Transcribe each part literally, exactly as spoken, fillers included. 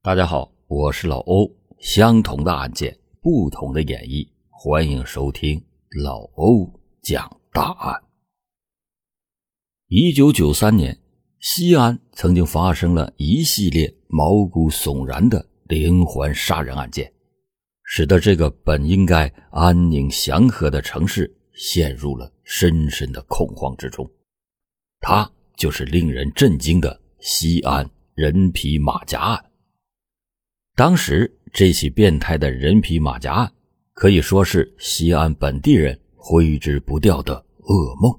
大家好，我是老欧，相同的案件，不同的演绎，欢迎收听老欧讲大案。一九九三年，西安曾经发生了一系列毛骨悚然的连环杀人案件，使得这个本应该安宁祥和的城市陷入了深深的恐慌之中。它就是令人震惊的西安人皮马甲案。当时这起变态的人皮马甲案可以说是西安本地人挥之不掉的噩梦。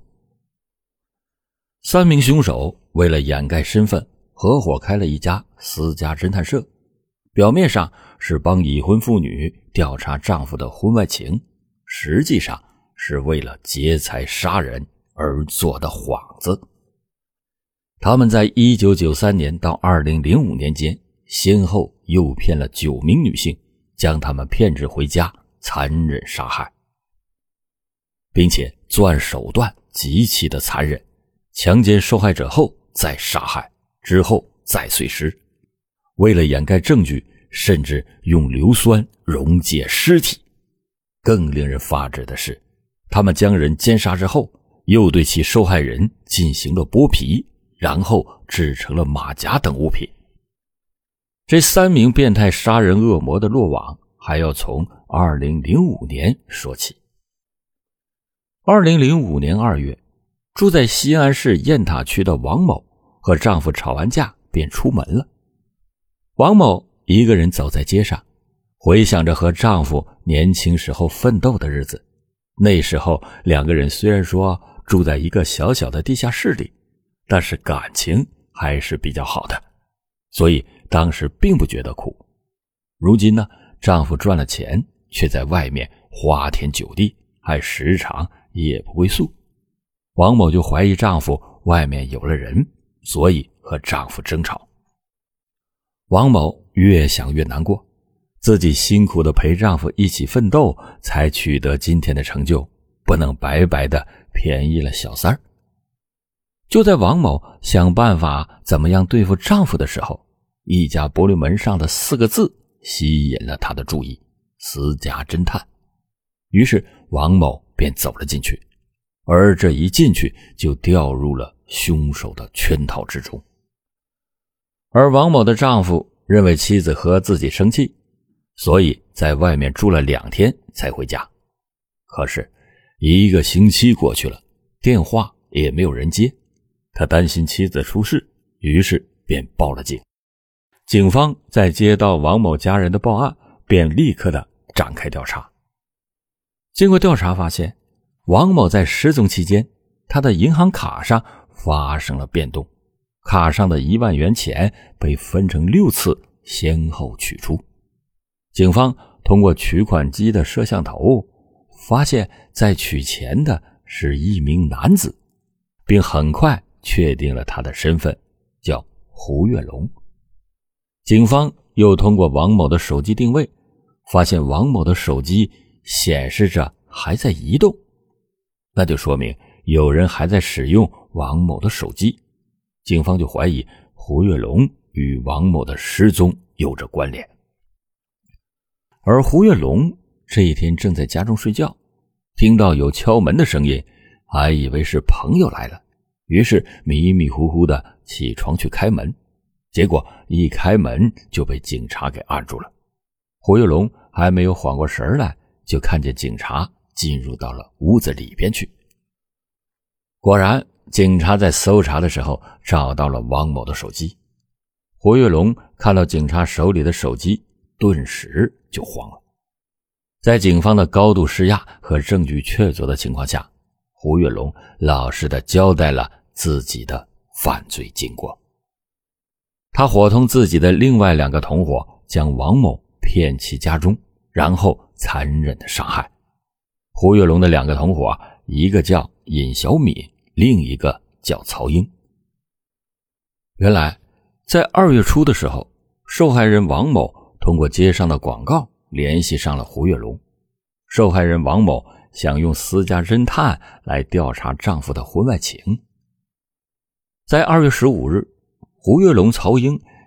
三名凶手为了掩盖身份，合伙开了一家私家侦探社，表面上是帮已婚妇女调查丈夫的婚外情，实际上是为了劫财杀人而做的幌子。他们在一九九三年到二零零五年间先后诱骗了九名女性，将她们骗至回家残忍杀害，并且作案手段极其的残忍，强奸受害者后再杀害，之后再碎尸。为了掩盖证据，甚至用硫酸溶解尸体。更令人发指的是，他们将人奸杀之后，又对其受害人进行了剥皮，然后制成了马甲等物品。这三名变态杀人恶魔的落网还要从二零零五年说起。二零零五年二月，住在西安市雁塔区的王某和丈夫吵完架便出门了。王某一个人走在街上，回想着和丈夫年轻时候奋斗的日子。那时候两个人虽然说住在一个小小的地下室里，但是感情还是比较好的，所以当时并不觉得苦。如今呢，丈夫赚了钱，却在外面花天酒地，还时常夜不归宿。王某就怀疑丈夫外面有了人，所以和丈夫争吵。王某越想越难过，自己辛苦地陪丈夫一起奋斗，才取得今天的成就，不能白白地便宜了小三儿。就在王某想办法怎么样对付丈夫的时候，一家玻璃门上的四个字吸引了他的注意：私家侦探。于是王某便走了进去，而这一进去就掉入了凶手的圈套之中。而王某的丈夫认为妻子和自己生气，所以在外面住了两天才回家。可是一个星期过去了，电话也没有人接，他担心妻子出事，于是便报了警。警方在接到王某家人的报案，便立刻的展开调查。经过调查发现，王某在失踪期间，他的银行卡上发生了变动，卡上的一万元钱被分成六次先后取出。警方通过取款机的摄像头发现，在取钱的是一名男子，并很快确定了他的身份，叫胡跃龙。警方又通过王某的手机定位，发现王某的手机显示着还在移动，那就说明有人还在使用王某的手机。警方就怀疑胡跃龙与王某的失踪有着关联。而胡跃龙这一天正在家中睡觉，听到有敲门的声音，还以为是朋友来了，于是迷迷糊糊的起床去开门，结果一开门就被警察给按住了。胡跃龙还没有缓过神来，就看见警察进入到了屋子里边去。果然，警察在搜查的时候找到了王某的手机。胡跃龙看到警察手里的手机，顿时就慌了。在警方的高度施压和证据确凿的情况下，胡跃龙老实地交代了自己的犯罪经过。他伙同自己的另外两个同伙，将王某骗其家中，然后残忍地杀害。胡跃龙的两个同伙，一个叫尹小敏，另一个叫曹英。原来在二月初的时候，受害人王某通过街上的广告联系上了胡跃龙。受害人王某想用私家侦探来调查丈夫的婚外情。在二月十五日，胡跃龙、曹英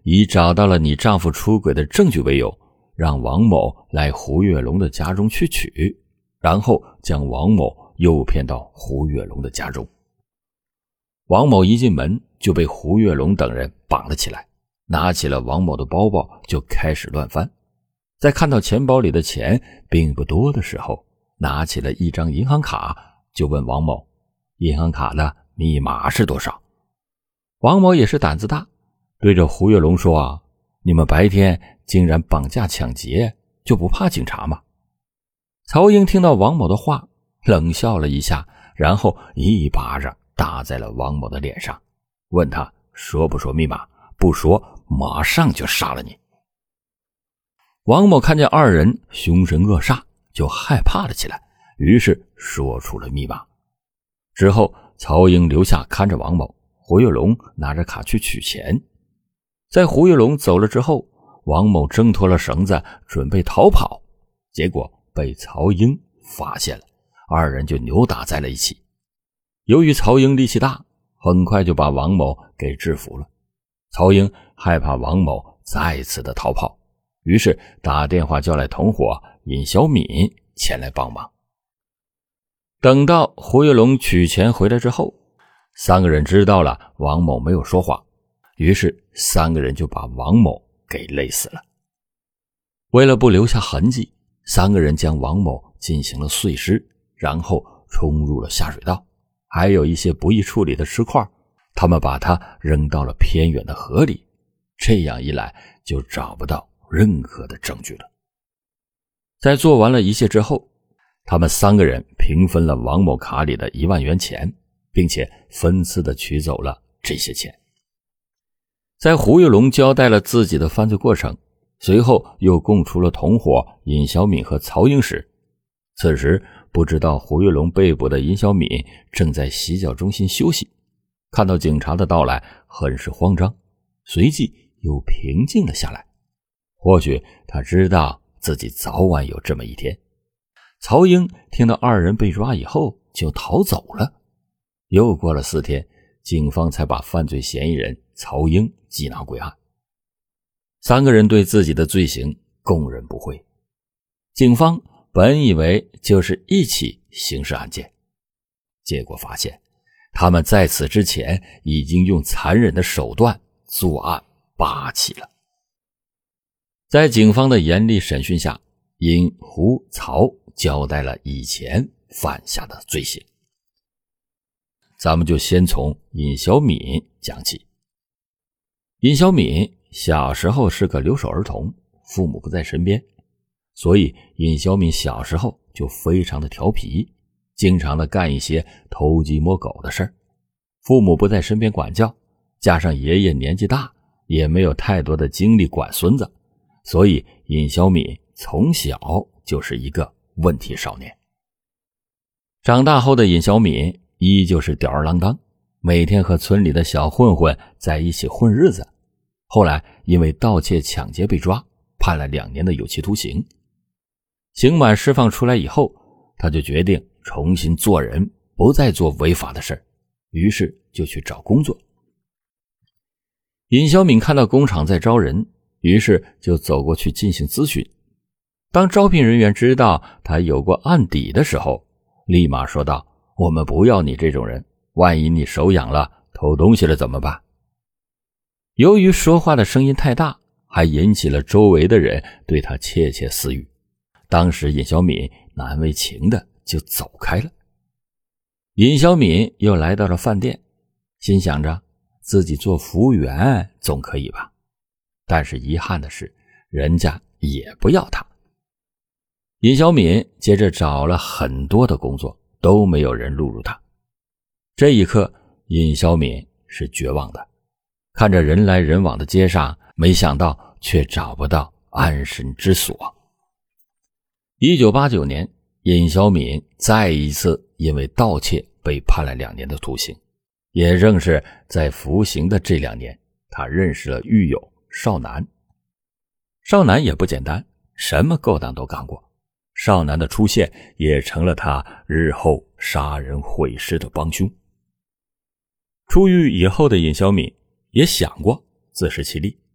以找到了你丈夫出轨的证据为由，让王某来胡月龙的家中去取，然后将王某诱骗到胡月龙的家中。王某一进门就被胡月龙等人绑了起来，拿起了王某的包包就开始乱翻。在看到钱包里的钱并不多的时候，拿起了一张银行卡，就问王某，银行卡的密码是多少？王某也是胆子大，对着胡月龙说啊，你们白天竟然绑架抢劫，就不怕警察吗？曹英听到王某的话，冷笑了一下，然后一巴掌打在了王某的脸上，问他说不说密码，不说马上就杀了你。王某看见二人凶神恶煞，就害怕了起来，于是说出了密码。之后曹英留下看着王某，胡月龙拿着卡去取钱。在胡月龙走了之后，王某挣脱了绳子准备逃跑，结果被曹英发现了，二人就扭打在了一起。由于曹英力气大，很快就把王某给制服了。曹英害怕王某再次的逃跑，于是打电话叫来同伙尹小敏前来帮忙。等到胡月龙取钱回来之后，三个人知道了王某没有说谎，于是三个人就把王某给勒死了。为了不留下痕迹，三个人将王某进行了碎尸，然后冲入了下水道，还有一些不易处理的尸块，他们把它扔到了偏远的河里，这样一来就找不到任何的证据了。在做完了一切之后，他们三个人平分了王某卡里的一万元钱，并且分次的取走了这些钱。在胡月龙交代了自己的犯罪过程，随后又供出了同伙尹小敏和曹英时，此时不知道胡月龙被捕的尹小敏正在洗脚中心休息，看到警察的到来很是慌张，随即又平静了下来。或许他知道自己早晚有这么一天。曹英听到二人被抓以后就逃走了。又过了四天，警方才把犯罪嫌疑人曹英缉拿归案。三个人对自己的罪行供认不讳。警方本以为就是一起刑事案件，结果发现他们在此之前已经用残忍的手段作案八起了。在警方的严厉审讯下，尹、胡、曹交代了以前犯下的罪行。咱们就先从尹小敏讲起。尹小敏小时候是个留守儿童，父母不在身边，所以尹小敏小时候就非常的调皮，经常的干一些偷鸡摸狗的事儿。父母不在身边管教，加上爷爷年纪大，也没有太多的精力管孙子，所以尹小敏从小就是一个问题少年。长大后的尹小敏依旧是吊儿郎当，每天和村里的小混混在一起混日子。后来因为盗窃抢劫被抓，判了两年的有期徒刑。刑满释放出来以后，他就决定重新做人，不再做违法的事，于是就去找工作。尹小敏看到工厂在招人，于是就走过去进行咨询。当招聘人员知道他有过案底的时候，立马说道，我们不要你这种人，万一你手痒了偷东西了怎么办？由于说话的声音太大，还引起了周围的人对他窃窃私语。当时尹小敏难为情的就走开了。尹小敏又来到了饭店，心想着自己做服务员总可以吧，但是遗憾的是人家也不要他。尹小敏接着找了很多的工作，都没有人录入他。这一刻尹小敏是绝望的，看着人来人往的街上，没想到却找不到安身之所。一九八九年，尹小敏再一次因为盗窃被判了两年的徒刑。也正是在服刑的这两年，他认识了狱友少南。少南也不简单，什么勾当都干过。少南的出现也成了他日后杀人毁尸的帮凶。出狱以后的尹小敏也想过自食其力，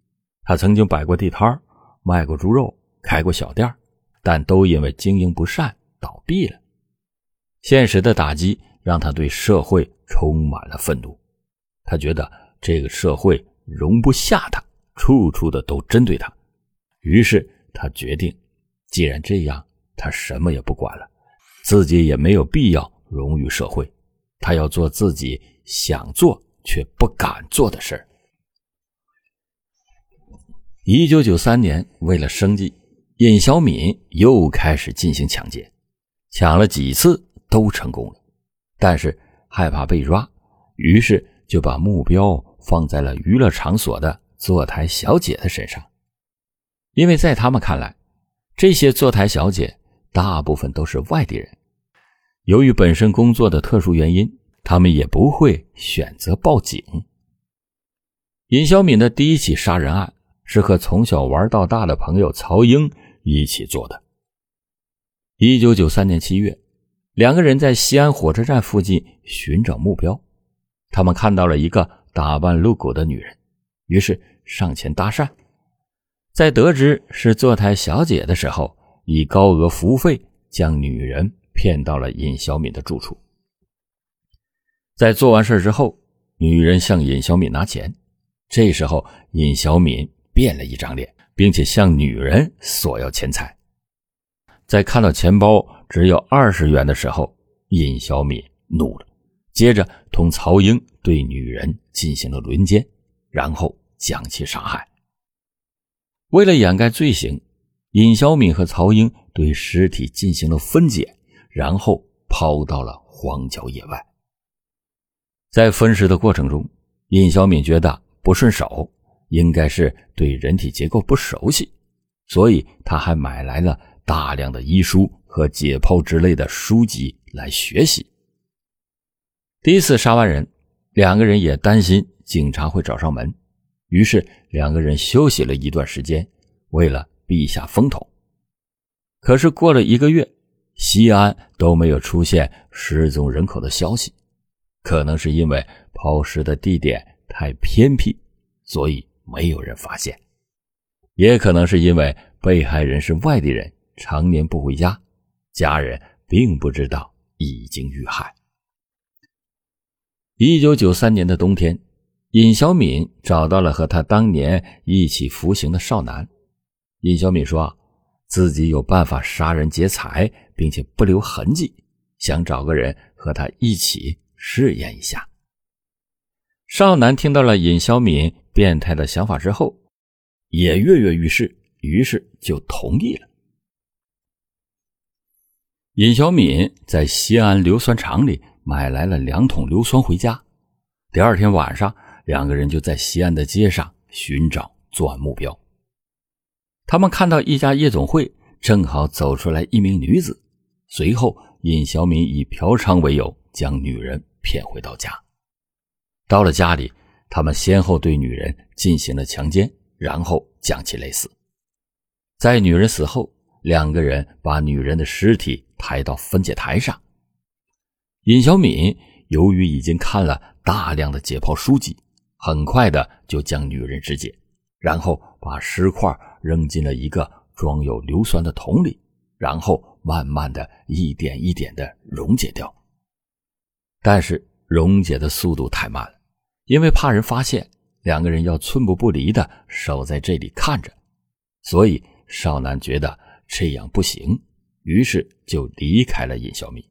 他曾经摆过地摊，卖过猪肉，开过小店，但都因为经营不善倒闭了。现实的打击让他对社会充满了愤怒，他觉得这个社会容不下他，处处的都针对他。于是他决定，既然这样，他什么也不管了，自己也没有必要融于社会，他要做自己想做却不敢做的事儿。一九九三年，为了生计，尹小敏又开始进行抢劫，抢了几次都成功了，但是害怕被抓，于是就把目标放在了娱乐场所的坐台小姐的身上。因为在他们看来，这些坐台小姐大部分都是外地人，由于本身工作的特殊原因，他们也不会选择报警。尹小敏的第一起杀人案是和从小玩到大的朋友曹英一起做的。一九九三年七月，两个人在西安火车站附近寻找目标，他们看到了一个打扮露骨的女人，于是上前搭讪。在得知是坐台小姐的时候，以高额服务费将女人骗到了尹小敏的住处。在做完事之后，女人向尹小敏拿钱，这时候尹小敏变了一张脸，并且向女人索要钱财。在看到钱包只有二十元的时候，尹小敏怒了，接着同曹英对女人进行了轮奸，然后将其杀害。为了掩盖罪行，尹小敏和曹英对尸体进行了分解，然后抛到了荒郊野外。在分尸的过程中，尹小敏觉得不顺手，应该是对人体结构不熟悉，所以他还买来了大量的医书和解剖之类的书籍来学习。第一次杀完人，两个人也担心警察会找上门，于是两个人休息了一段时间，为了避下风头。可是过了一个月，西安都没有出现失踪人口的消息，可能是因为抛尸的地点太偏僻，所以没有人发现，也可能是因为被害人是外地人，常年不回家，家人并不知道已经遇害。一九九三年的冬天，尹小敏找到了和他当年一起服刑的少男。尹小敏说自己有办法杀人劫财，并且不留痕迹，想找个人和他一起试验一下。少男听到了尹小敏变态的想法之后，也跃跃欲试，于是就同意了。尹小敏在西安硫酸厂里买来了两桶硫酸回家，第二天晚上，两个人就在西安的街上寻找作案目标。他们看到一家夜总会，正好走出来一名女子，随后尹小敏以嫖娼为由将女人骗回到家。到了家里，他们先后对女人进行了强奸，然后将其勒死。在女人死后，两个人把女人的尸体抬到分解台上。尹小敏由于已经看了大量的解剖书籍，很快的就将女人肢解，然后把尸块扔进了一个装有硫酸的桶里，然后慢慢的一点一点的溶解掉。但是溶解的速度太慢了，因为怕人发现，两个人要寸步不离的守在这里看着，所以少男觉得这样不行，于是就离开了尹小敏。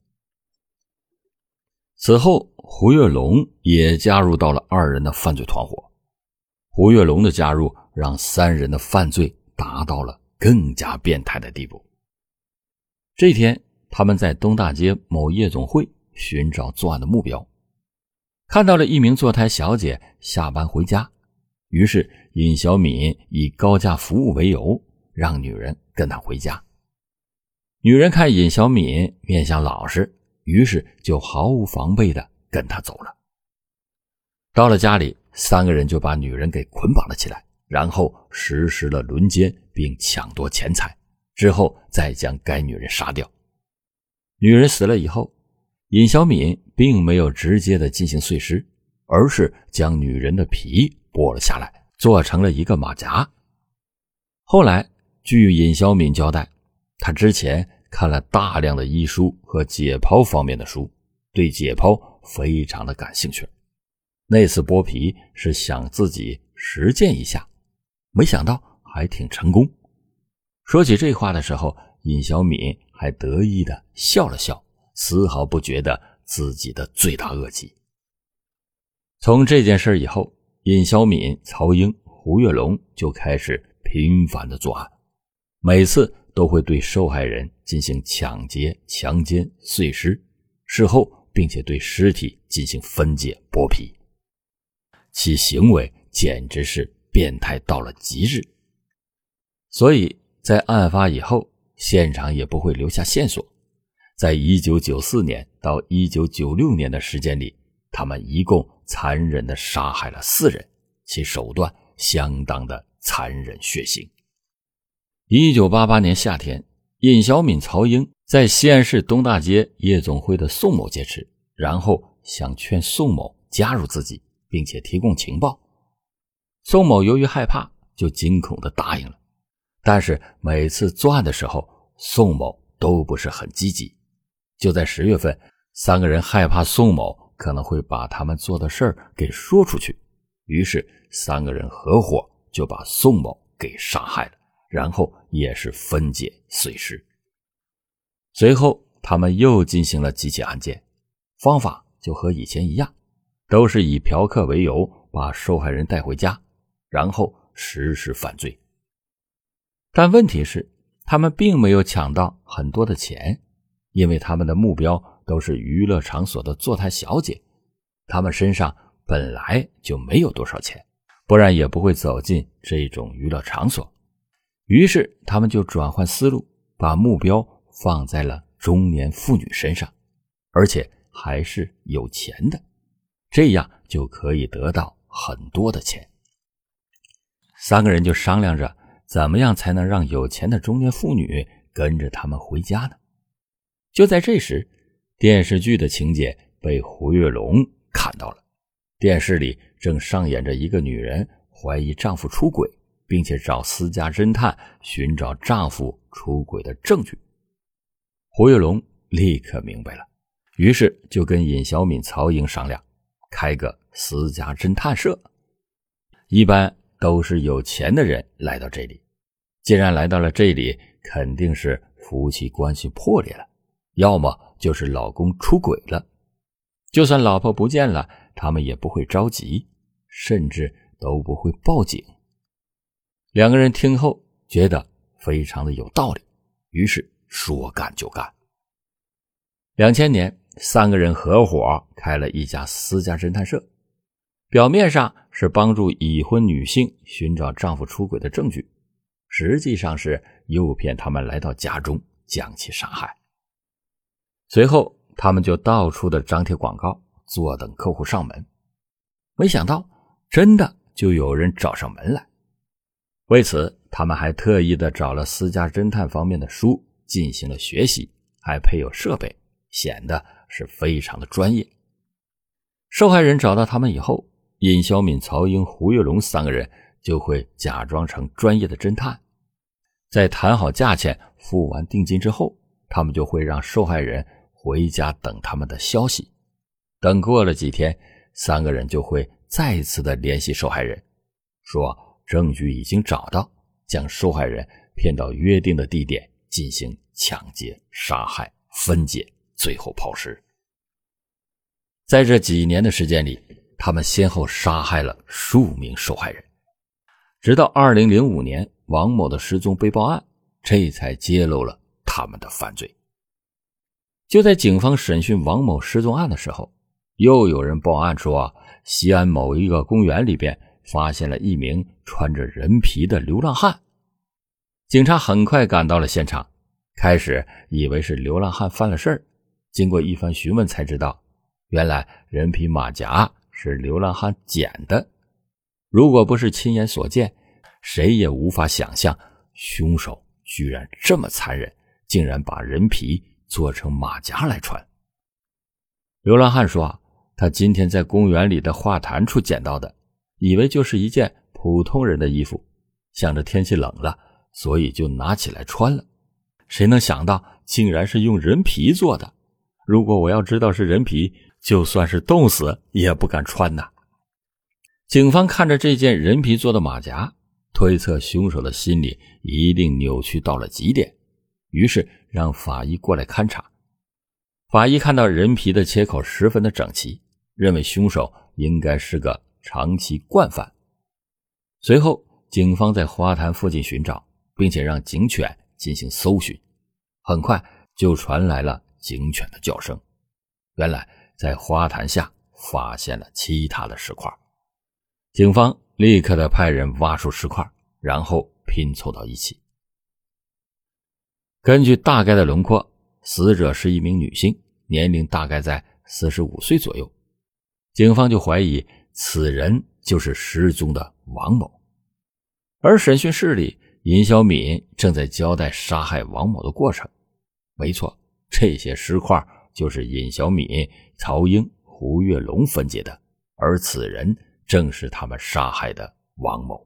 此后胡月龙也加入到了二人的犯罪团伙。胡月龙的加入让三人的犯罪达到了更加变态的地步。这天，他们在东大街某夜总会寻找作案的目标，看到了一名坐台小姐下班回家，于是尹小敏以高价服务为由，让女人跟他回家。女人看尹小敏面相老实，于是就毫无防备的跟他走了。到了家里，三个人就把女人给捆绑了起来，然后实施了轮奸并抢夺钱财，之后再将该女人杀掉。女人死了以后，尹小敏并没有直接的进行碎尸，而是将女人的皮剥了下来，做成了一个马甲， 后来据尹小敏交代，他之前看了大量的医书和解剖方面的书，对解剖非常的感兴趣。那次剥皮是想自己实践一下，没想到还挺成功。说起这话的时候，尹小敏还得意地笑了笑，丝毫不觉得自己的罪大恶极。从这件事以后，尹小敏、曹英、胡月龙就开始频繁的作案，每次都会对受害人进行抢劫、强奸、碎尸，事后并且对尸体进行分解、剥皮，其行为简直是变态到了极致。所以在案发以后，现场也不会留下线索。在一九九四年到一九九六年的时间里，他们一共残忍地杀害了四人，其手段相当的残忍血腥。一九八八年夏天，尹小敏、曹英在西安市东大街夜总会的宋某劫持，然后想劝宋某加入自己，并且提供情报。宋某由于害怕，就惊恐地答应了。但是每次作案的时候，宋某都不是很积极。就在十月份，三个人害怕宋某可能会把他们做的事儿给说出去，于是三个人合伙就把宋某给杀害了，然后也是分解碎尸。随后他们又进行了几起案件，方法就和以前一样，都是以嫖客为由把受害人带回家，然后实施犯罪。但问题是，他们并没有抢到很多的钱，因为他们的目标都是娱乐场所的坐台小姐，他们身上本来就没有多少钱，不然也不会走进这种娱乐场所。于是他们就转换思路，把目标放在了中年妇女身上，而且还是有钱的，这样就可以得到很多的钱。三个人就商量着怎么样才能让有钱的中年妇女跟着他们回家呢？就在这时，电视剧的情节被胡月龙看到了。电视里正上演着一个女人怀疑丈夫出轨，并且找私家侦探寻找丈夫出轨的证据。胡月龙立刻明白了，于是就跟尹小敏、曹英商量，开个私家侦探社。一般都是有钱的人来到这里，既然来到了这里，肯定是夫妻关系破裂了，要么就是老公出轨了。就算老婆不见了，他们也不会着急，甚至都不会报警。两个人听后觉得非常的有道理，于是说干就干。两千年，三个人合伙开了一家私家侦探社，表面上是帮助已婚女性寻找丈夫出轨的证据，实际上是诱骗他们来到家中将其杀害。随后他们就到处的张贴广告，坐等客户上门。没想到真的就有人找上门来。为此他们还特意的找了私家侦探方面的书进行了学习，还配有设备，显得是非常的专业。受害人找到他们以后，尹小敏、曹英、胡月龙三个人就会假装成专业的侦探，在谈好价钱、付完定金之后，他们就会让受害人回家等他们的消息。等过了几天，三个人就会再次的联系受害人，说证据已经找到，将受害人骗到约定的地点进行抢劫、杀害、分解，最后抛尸。在这几年的时间里，他们先后杀害了数名受害人，直到二零零五年王某的失踪被报案，这才揭露了他们的犯罪。就在警方审讯王某失踪案的时候，又有人报案说，西安某一个公园里边发现了一名穿着人皮的流浪汉。警察很快赶到了现场，开始以为是流浪汉犯了事儿，经过一番询问才知道，原来人皮马甲是流浪汉捡的。如果不是亲眼所见，谁也无法想象凶手居然这么残忍，竟然把人皮做成马甲来穿。流浪汉说，他今天在公园里的花坛处捡到的，以为就是一件普通人的衣服，想着天气冷了， 所以就拿起来穿了。谁能想到竟然是用人皮做的，如果我要知道是人皮，就算是冻死也不敢穿呐。警方看着这件人皮做的马甲，推测凶手的心理一定扭曲到了极点，于是让法医过来勘察。法医看到人皮的切口十分的整齐，认为凶手应该是个长期惯犯。随后警方在花坛附近寻找，并且让警犬进行搜寻，很快就传来了警犬的叫声。原来在花坛下发现了其他的石块，警方立刻的派人挖出石块，然后拼凑到一起。根据大概的轮廓，死者是一名女性，年龄大概在四十五岁左右。警方就怀疑此人就是失踪的王某。而审讯室里，尹小敏正在交代杀害王某的过程。没错，这些石块就是尹小敏、曹英、胡月龙分解的，而此人正是他们杀害的王某。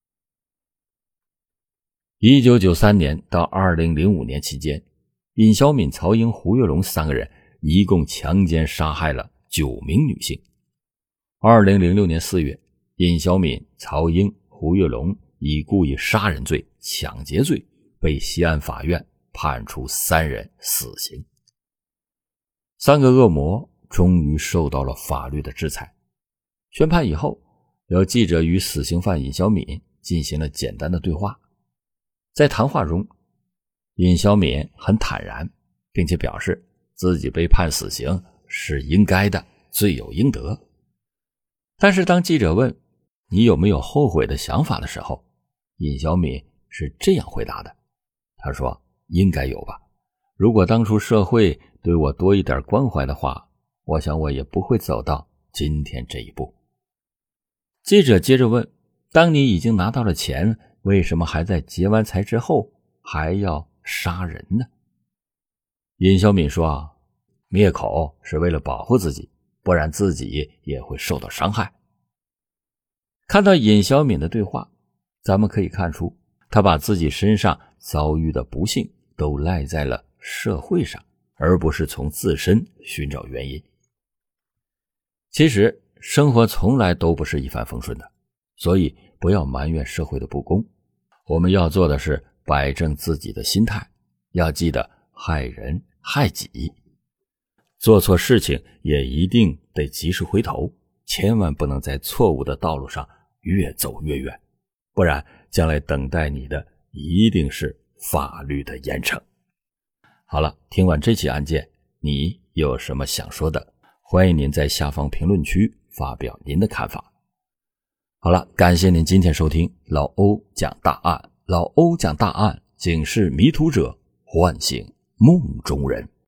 一九九三年到二零零五年期间，尹小敏、曹英、胡月龙三个人一共强奸杀害了九名女性。二零零六年四月，尹小敏、曹英、胡月龙以故意杀人罪、抢劫罪被西安法院判处三人死刑。三个恶魔终于受到了法律的制裁。宣判以后，有记者与死刑犯尹小敏进行了简单的对话。在谈话中，尹小敏很坦然，并且表示自己被判死刑是应该的，罪有应得。但是当记者问你有没有后悔的想法的时候，尹小敏是这样回答的，他说应该有吧，如果当初社会对我多一点关怀的话，我想我也不会走到今天这一步。记者接着问，当你已经拿到了钱，为什么还在劫完财之后还要杀人呢？尹小敏说，灭口是为了保护自己，不然自己也会受到伤害。看到尹小敏的对话，咱们可以看出，他把自己身上遭遇的不幸都赖在了社会上，而不是从自身寻找原因。其实生活从来都不是一帆风顺的，所以不要埋怨社会的不公，我们要做的是摆正自己的心态，要记得害人害己，做错事情也一定得及时回头，千万不能在错误的道路上越走越远，不然将来等待你的一定是法律的严惩。好了，听完这起案件，你有什么想说的？欢迎您在下方评论区发表您的看法。好了，感谢您今天收听老欧讲大案。老欧讲大案，警示迷途者，唤醒梦中人。